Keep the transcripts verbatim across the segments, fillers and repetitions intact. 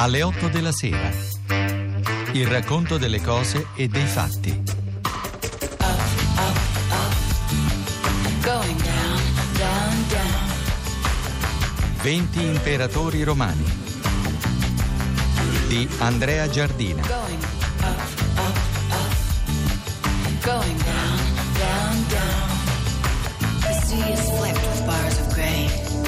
Alle otto della sera. Il racconto delle cose e dei fatti. Up, up, up. Going down, down, down. venti imperatori romani di Andrea Giardina. Going up, up, up. Going down, down, down. The sea is flecked with bars of gray.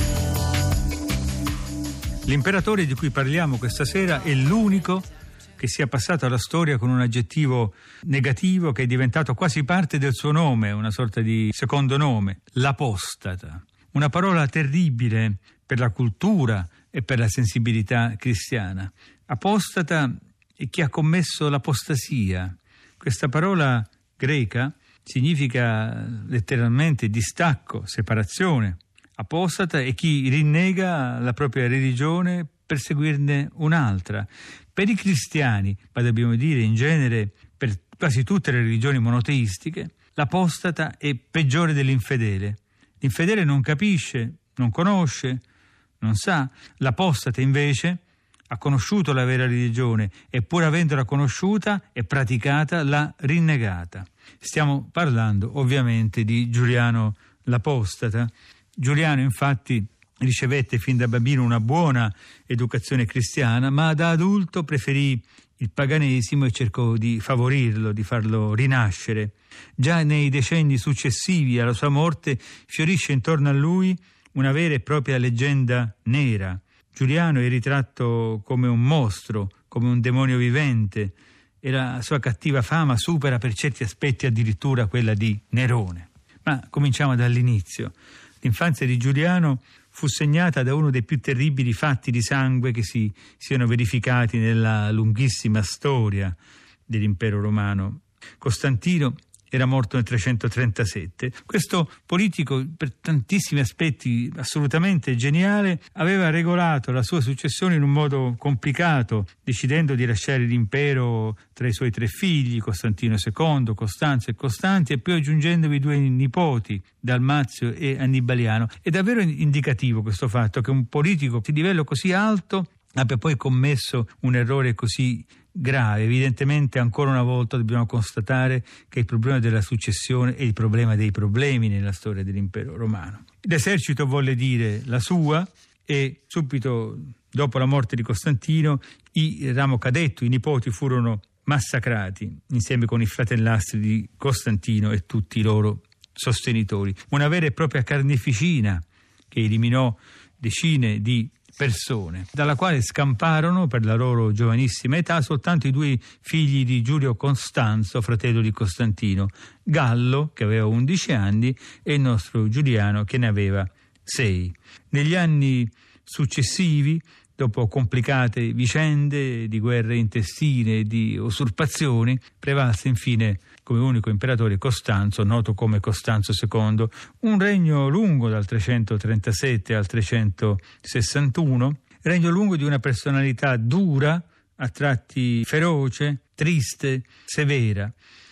L'imperatore di cui parliamo questa sera è l'unico che sia passato alla storia con un aggettivo negativo che è diventato quasi parte del suo nome, una sorta di secondo nome, l'apostata. Una parola terribile per la cultura e per la sensibilità cristiana. Apostata è chi ha commesso l'apostasia. Questa parola greca significa letteralmente distacco, separazione. Apostata è chi rinnega la propria religione per seguirne un'altra. Per i cristiani, ma dobbiamo dire in genere per quasi tutte le religioni monoteistiche, l'apostata è peggiore dell'infedele. L'infedele non capisce, non conosce, non sa. L'apostata invece ha conosciuto la vera religione e pur avendola conosciuta e praticata l'ha rinnegata. Stiamo parlando ovviamente di Giuliano l'Apostata. Giuliano infatti ricevette fin da bambino una buona educazione cristiana, ma da adulto preferì il paganesimo e cercò di favorirlo, di farlo rinascere. Già nei decenni successivi alla sua morte fiorisce intorno a lui una vera e propria leggenda nera. Giuliano è ritratto come un mostro, come un demonio vivente, e la sua cattiva fama supera per certi aspetti addirittura quella di Nerone. Ma cominciamo dall'inizio. L'infanzia di Giuliano fu segnata da uno dei più terribili fatti di sangue che si siano verificati nella lunghissima storia dell'impero romano. Costantino era morto nel trecentotrentasette. Questo politico, per tantissimi aspetti assolutamente geniale, aveva regolato la sua successione in un modo complicato, decidendo di lasciare l'impero tra i suoi tre figli, Costantino secondo, Costanzo e Costanti, e poi aggiungendovi due nipoti, Dalmazio e Annibaliano. È davvero indicativo questo fatto che un politico di livello così alto abbia poi commesso un errore così grave. Evidentemente ancora una volta dobbiamo constatare che il problema della successione è il problema dei problemi nella storia dell'impero romano. L'esercito volle dire la sua e subito dopo la morte di Costantino il ramo cadetto, i nipoti, furono massacrati insieme con i fratellastri di Costantino e tutti i loro sostenitori. Una vera e propria carneficina che eliminò decine di persone, dalla quale scamparono per la loro giovanissima età soltanto i due figli di Giulio Costanzo, fratello di Costantino, Gallo, che aveva undici anni, e il nostro Giuliano, che ne aveva sei. Negli anni successivi, dopo complicate vicende di guerre intestine e di usurpazioni, prevalse infine come unico imperatore Costanzo, noto come Costanzo secondo, un regno lungo dal trecentotrentasette al trecentosessantuno, regno lungo di una personalità dura, a tratti feroce, triste, severa.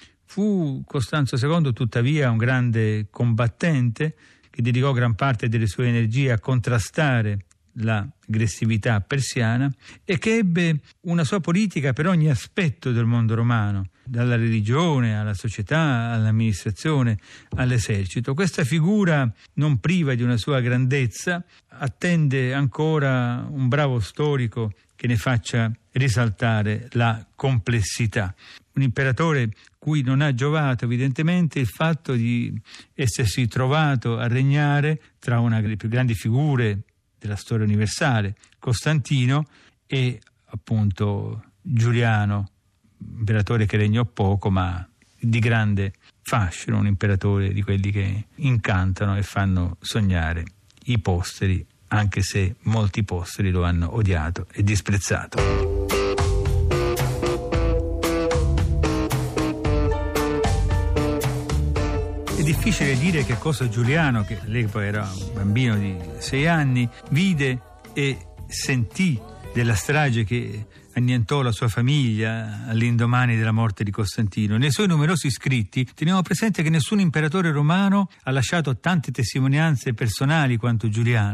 Fu Costanzo secondo tuttavia un grande combattente che dedicò gran parte delle sue energie a contrastare l'aggressività persiana e che ebbe una sua politica per ogni aspetto del mondo romano, dalla religione alla società, all'amministrazione, all'esercito. Questa figura, non priva di una sua grandezza, attende ancora un bravo storico che ne faccia risaltare la complessità. Un imperatore cui non ha giovato evidentemente il fatto di essersi trovato a regnare tra una delle più grandi figure della storia universale, Costantino, e appunto Giuliano, imperatore che regnò poco ma di grande fascino, un imperatore di quelli che incantano e fanno sognare i posteri, anche se molti posteri lo hanno odiato e disprezzato. È difficile dire che cosa Giuliano, che all'epoca era un bambino di sei anni, vide e sentì della strage che annientò la sua famiglia all'indomani della morte di Costantino. Nei suoi numerosi scritti teniamo presente che nessun imperatore romano ha lasciato tante testimonianze personali quanto Giuliano.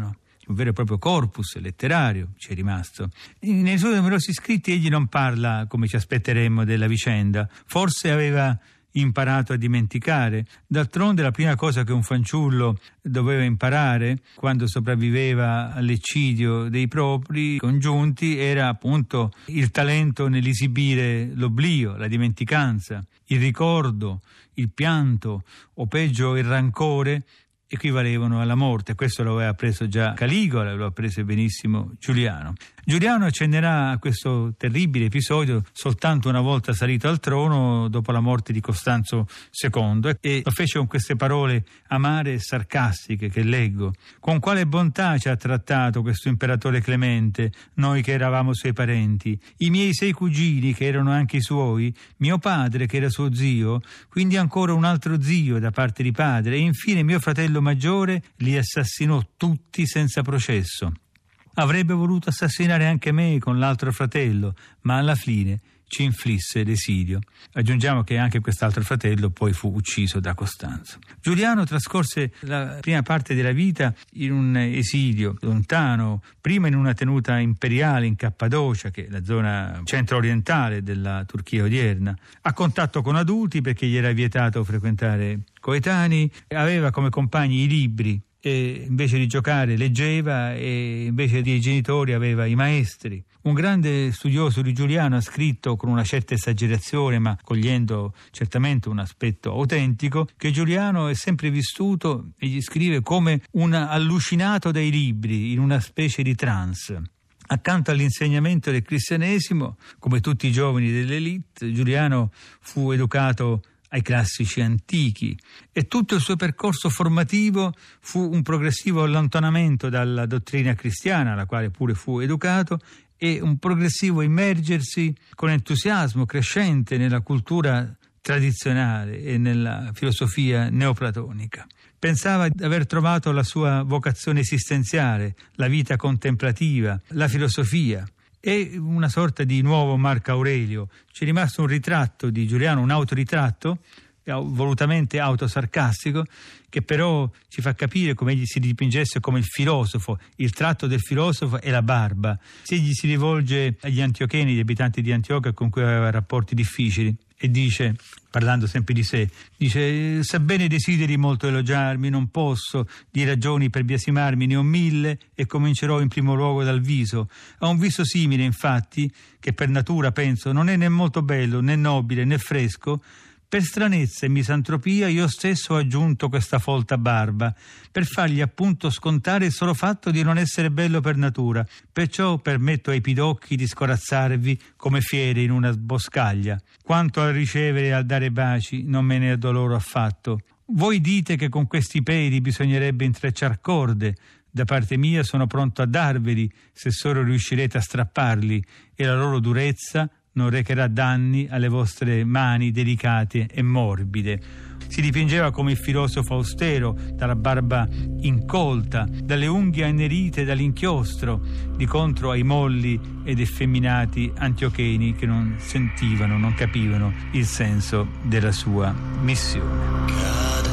un vero e proprio corpus letterario ci è rimasto. Nei suoi numerosi scritti egli non parla, come ci aspetteremmo, della vicenda, forse aveva imparato a dimenticare. D'altronde la prima cosa che un fanciullo doveva imparare quando sopravviveva all'eccidio dei propri congiunti era appunto il talento nell'esibire l'oblio, la dimenticanza, il ricordo, il pianto o peggio il rancore equivalevano alla morte. Questo lo aveva appreso già Caligola, lo ha preso benissimo Giuliano. Giuliano accennerà a questo terribile episodio soltanto una volta salito al trono dopo la morte di Costanzo secondo, e lo fece con queste parole amare e sarcastiche che leggo: con quale bontà ci ha trattato questo imperatore Clemente, noi che eravamo suoi parenti, i miei sei cugini che erano anche i suoi, mio padre che era suo zio, quindi ancora un altro zio da parte di padre, e infine mio fratello maggiore li assassinò tutti senza processo. Avrebbe voluto assassinare anche me con l'altro fratello, ma alla fine ci inflisse l'esilio. Aggiungiamo che anche quest'altro fratello poi fu ucciso da Costanzo. Giuliano trascorse la prima parte della vita in un esilio lontano, prima in una tenuta imperiale in Cappadocia, che è la zona centro-orientale della Turchia odierna, a contatto con adulti perché gli era vietato frequentare coetanei, aveva come compagni i libri, e invece di giocare leggeva, e invece dei genitori aveva i maestri. Un grande studioso di Giuliano ha scritto con una certa esagerazione, ma cogliendo certamente un aspetto autentico, che Giuliano è sempre vissuto, e gli scrive, come un allucinato dai libri, in una specie di trance. Accanto all'insegnamento del cristianesimo, come tutti i giovani dell'elite, Giuliano fu educato ai classici antichi, e tutto il suo percorso formativo fu un progressivo allontanamento dalla dottrina cristiana, alla quale pure fu educato, e un progressivo immergersi con entusiasmo crescente nella cultura tradizionale e nella filosofia neoplatonica. Pensava di aver trovato la sua vocazione esistenziale, la vita contemplativa, la filosofia. È una sorta di nuovo Marco Aurelio. C'è rimasto un ritratto di Giuliano, un autoritratto volutamente autosarcastico, che però ci fa capire come egli si dipingesse come il filosofo. Il tratto del filosofo è la barba. Se egli si rivolge agli antiocheni, gli abitanti di Antiochia con cui aveva rapporti difficili, e dice, parlando sempre di sé, dice: sebbene desideri molto elogiarmi, non posso, di ragioni per biasimarmi ne ho mille, e comincerò in primo luogo dal viso. Ho un viso simile, infatti, che per natura penso non è né molto bello, né nobile, né fresco. Per stranezza e misantropia io stesso ho aggiunto questa folta barba, per fargli appunto scontare il solo fatto di non essere bello per natura, perciò permetto ai pidocchi di scorazzarvi come fiere in una boscaglia. Quanto al ricevere e al dare baci, non me ne addoloro affatto. Voi dite che con questi peli bisognerebbe intrecciar corde. Da parte mia sono pronto a darveli, se solo riuscirete a strapparli, e la loro durezza non recherà danni alle vostre mani delicate e morbide. Si dipingeva come il filosofo austero, dalla barba incolta, dalle unghie annerite dall'inchiostro, di contro ai molli ed effeminati antiocheni che non sentivano, non capivano il senso della sua missione.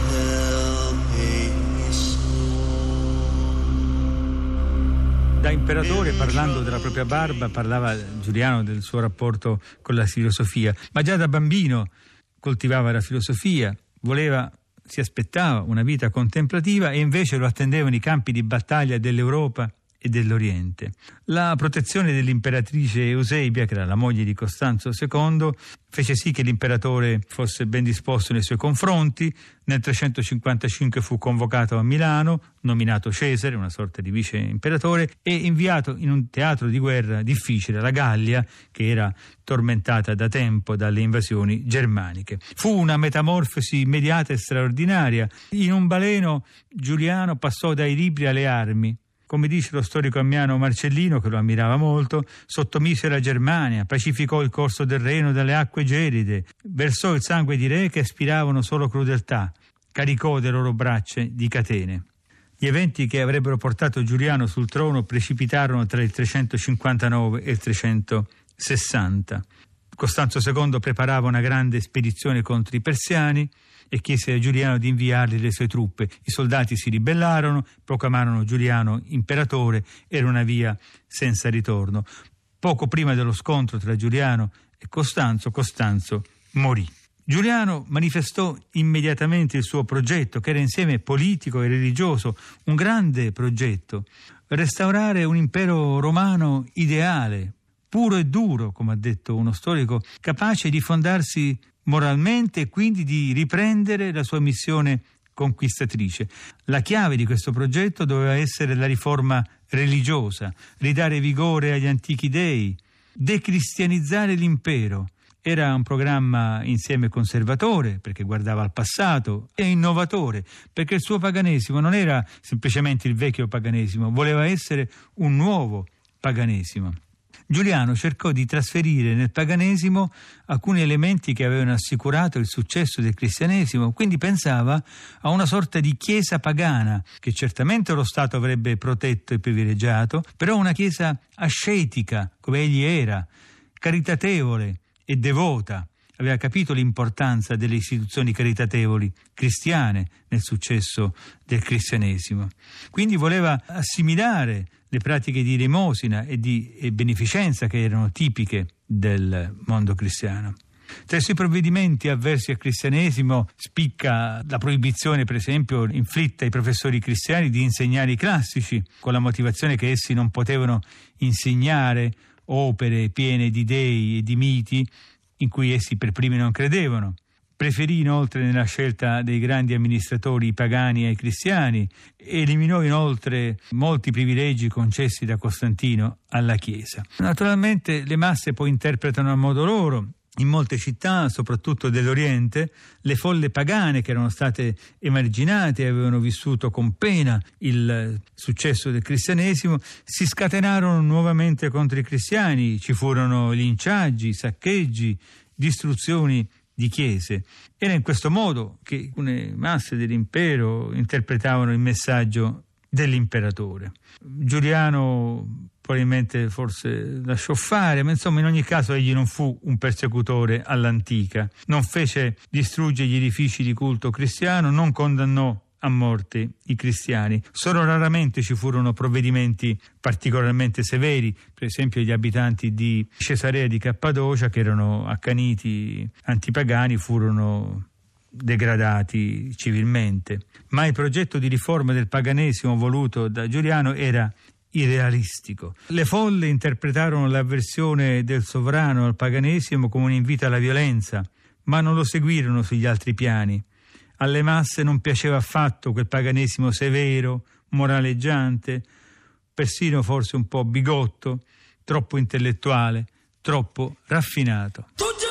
Da imperatore, parlando della propria barba, parlava Giuliano del suo rapporto con la filosofia, ma già da bambino coltivava la filosofia, voleva, si aspettava una vita contemplativa, e invece lo attendevano i campi di battaglia dell'Europa e dell'Oriente. La protezione dell'imperatrice Eusebia, che era la moglie di Costanzo secondo, fece sì che l'imperatore fosse ben disposto nei suoi confronti. Nel trecentocinquantacinque fu convocato a Milano, nominato Cesare, una sorta di vice imperatore, e inviato in un teatro di guerra difficile, la Gallia, che era tormentata da tempo dalle invasioni germaniche. Fu una metamorfosi immediata e straordinaria. In un baleno Giuliano passò dai libri alle armi. Come dice lo storico ammiano Marcellino, che lo ammirava molto, sottomise la Germania, pacificò il corso del Reno dalle acque gelide, versò il sangue di re che aspiravano solo crudeltà, caricò le loro braccia di catene. Gli eventi che avrebbero portato Giuliano sul trono precipitarono tra il trecentocinquantanove e il trecentosessanta. Costanzo secondo preparava una grande spedizione contro i persiani, e chiese a Giuliano di inviargli le sue truppe. I soldati si ribellarono, proclamarono Giuliano imperatore, era una via senza ritorno. Poco prima dello scontro tra Giuliano e Costanzo, Costanzo morì. Giuliano manifestò immediatamente il suo progetto, che era insieme politico e religioso, un grande progetto: restaurare un impero romano ideale, puro e duro, come ha detto uno storico, capace di fondarsi moralmente e quindi di riprendere la sua missione conquistatrice. La chiave di questo progetto doveva essere la riforma religiosa, ridare vigore agli antichi dei, decristianizzare l'impero. Era un programma insieme conservatore, perché guardava al passato, e innovatore, perché il suo paganesimo non era semplicemente il vecchio paganesimo, voleva essere un nuovo paganesimo. Giuliano cercò di trasferire nel paganesimo alcuni elementi che avevano assicurato il successo del cristianesimo, quindi pensava a una sorta di chiesa pagana, che certamente lo Stato avrebbe protetto e privilegiato, però una chiesa ascetica, come egli era, caritatevole e devota. Aveva capito l'importanza delle istituzioni caritatevoli cristiane nel successo del cristianesimo. Quindi voleva assimilare le pratiche di elemosina e di e beneficenza che erano tipiche del mondo cristiano. Tra i suoi provvedimenti avversi al cristianesimo spicca la proibizione, per esempio, inflitta ai professori cristiani di insegnare i classici, con la motivazione che essi non potevano insegnare opere piene di dei e di miti in cui essi per primi non credevano. Preferì inoltre nella scelta dei grandi amministratori i pagani ai cristiani, eliminò inoltre molti privilegi concessi da Costantino alla Chiesa. Naturalmente le masse poi interpretano a modo loro. In molte città, soprattutto dell'Oriente, le folle pagane che erano state emarginate e avevano vissuto con pena il successo del cristianesimo si scatenarono nuovamente contro i cristiani. Ci furono linciaggi, saccheggi, distruzioni di chiese. Era in questo modo che alcune masse dell'impero interpretavano il messaggio dell'imperatore. Giuliano probabilmente forse lasciò fare, ma insomma in ogni caso egli non fu un persecutore all'antica, non fece distruggere gli edifici di culto cristiano, non condannò a morte i cristiani. Solo raramente ci furono provvedimenti particolarmente severi, per esempio gli abitanti di Cesarea di Cappadocia, che erano accaniti antipagani, furono degradati civilmente. Ma il progetto di riforma del paganesimo voluto da Giuliano era irrealistico. Le folle interpretarono l'avversione del sovrano al paganesimo come un invito alla violenza, ma non lo seguirono sugli altri piani. Alle masse non piaceva affatto quel paganesimo severo, moraleggiante, persino forse un po' bigotto, troppo intellettuale, troppo raffinato.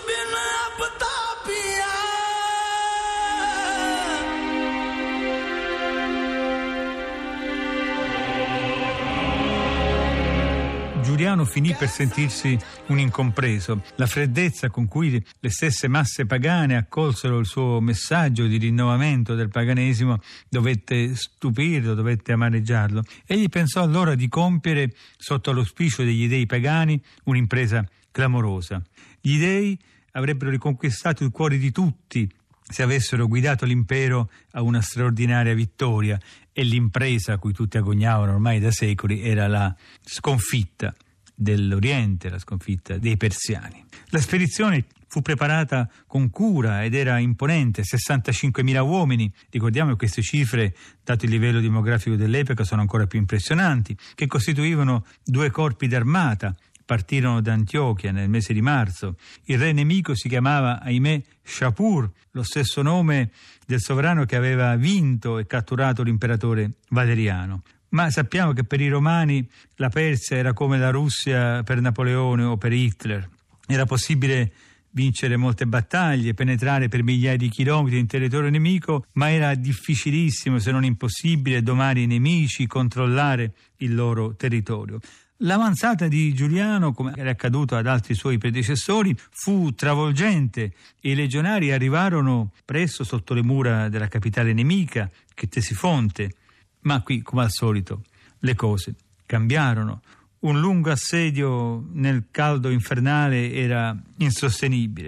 Giuliano finì per sentirsi un incompreso. La freddezza con cui le stesse masse pagane accolsero il suo messaggio di rinnovamento del paganesimo dovette stupirlo, dovette amareggiarlo. Egli pensò allora di compiere, sotto l'auspicio degli dei pagani, un'impresa clamorosa. Gli dei avrebbero riconquistato il cuore di tutti se avessero guidato l'impero a una straordinaria vittoria, e l'impresa a cui tutti agognavano ormai da secoli era la sconfitta dell'Oriente, la sconfitta dei persiani. La spedizione fu preparata con cura ed era imponente, sessantacinquemila uomini. Ricordiamo che queste cifre, dato il livello demografico dell'epoca, sono ancora più impressionanti, che costituivano due corpi d'armata. Partirono da Antiochia nel mese di marzo. Il re nemico si chiamava, ahimè, Shapur, lo stesso nome del sovrano che aveva vinto e catturato l'imperatore Valeriano. Ma sappiamo che per i romani la Persia era come la Russia per Napoleone o per Hitler. Era possibile vincere molte battaglie, penetrare per migliaia di chilometri in territorio nemico, ma era difficilissimo, se non impossibile, domare i nemici, controllare il loro territorio. L'avanzata di Giuliano, come era accaduto ad altri suoi predecessori, fu travolgente e i legionari arrivarono presto sotto le mura della capitale nemica, Ctesifonte. Ma qui, come al solito, le cose cambiarono. Un lungo assedio nel caldo infernale era insostenibile.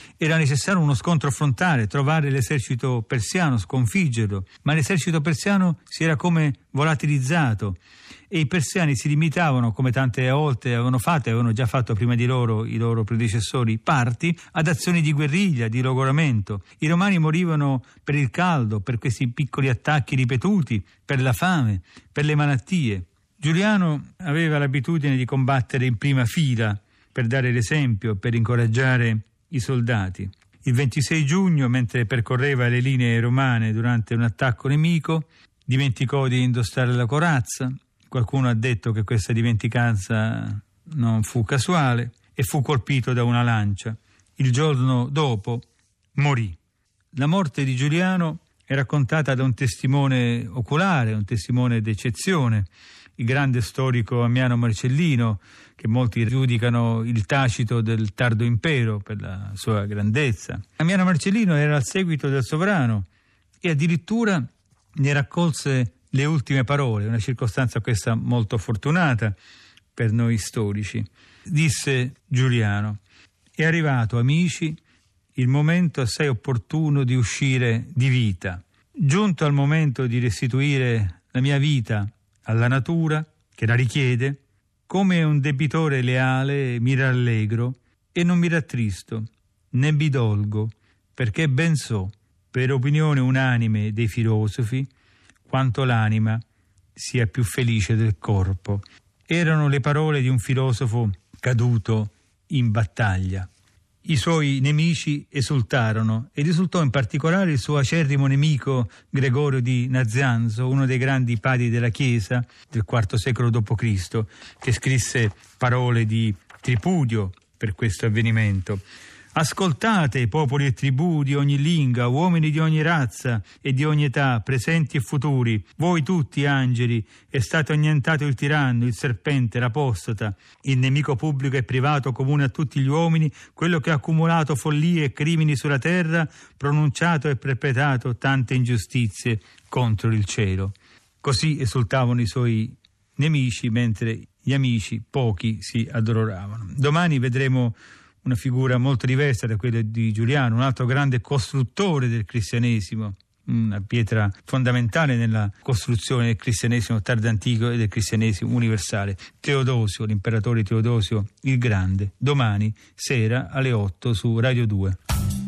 Era necessario uno scontro frontale, trovare l'esercito persiano, sconfiggerlo, ma l'esercito persiano si era come volatilizzato e i persiani si limitavano, come tante volte avevano fatto, avevano già fatto prima di loro i loro predecessori parti, ad azioni di guerriglia, di logoramento. I romani morivano per il caldo, per questi piccoli attacchi ripetuti, per la fame, per le malattie. Giuliano aveva l'abitudine di combattere in prima fila per dare l'esempio, per incoraggiare i soldati. Il ventisei giugno, mentre percorreva le linee romane durante un attacco nemico, dimenticò di indossare la corazza. Qualcuno ha detto che questa dimenticanza non fu casuale e fu colpito da una lancia. Il giorno dopo morì. La morte di Giuliano è raccontata da un testimone oculare, un testimone d'eccezione, il grande storico Ammiano Marcellino, che molti giudicano il Tacito del tardo impero per la sua grandezza. Ammiano Marcellino era al seguito del sovrano e addirittura ne raccolse le ultime parole, una circostanza questa molto fortunata per noi storici. Disse Giuliano: è arrivato, amici, il momento assai opportuno di uscire di vita. Giunto al momento di restituire la mia vita alla natura, che la richiede, come un debitore leale mi rallegro e non mi rattristo, né mi dolgo, perché ben so, per opinione unanime dei filosofi, quanto l'anima sia più felice del corpo. Erano le parole di un filosofo caduto in battaglia. I suoi nemici esultarono ed esultò in particolare il suo acerrimo nemico Gregorio di Nazianzo, uno dei grandi padri della Chiesa del quarto secolo dopo Cristo, che scrisse parole di tripudio per questo avvenimento. Ascoltate, popoli e tribù di ogni lingua, uomini di ogni razza e di ogni età, presenti e futuri, voi tutti angeli, è stato annientato il tiranno, il serpente, l'apostata, il nemico pubblico e privato comune a tutti gli uomini, quello che ha accumulato follie e crimini sulla terra, pronunciato e perpetrato tante ingiustizie contro il cielo. Così esultavano i suoi nemici, mentre gli amici, pochi, si addoloravano. Domani vedremo una figura molto diversa da quella di Giuliano, un altro grande costruttore del cristianesimo, una pietra fondamentale nella costruzione del cristianesimo tardantico e del cristianesimo universale. Teodosio, l'imperatore Teodosio il Grande, domani sera alle otto su Radio due.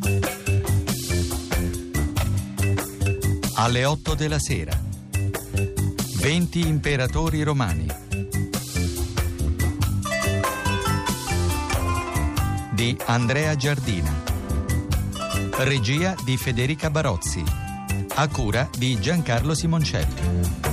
Alle otto della sera. venti imperatori romani. Di Andrea Giardina. Regia di Federica Barozzi. A cura di Giancarlo Simoncelli.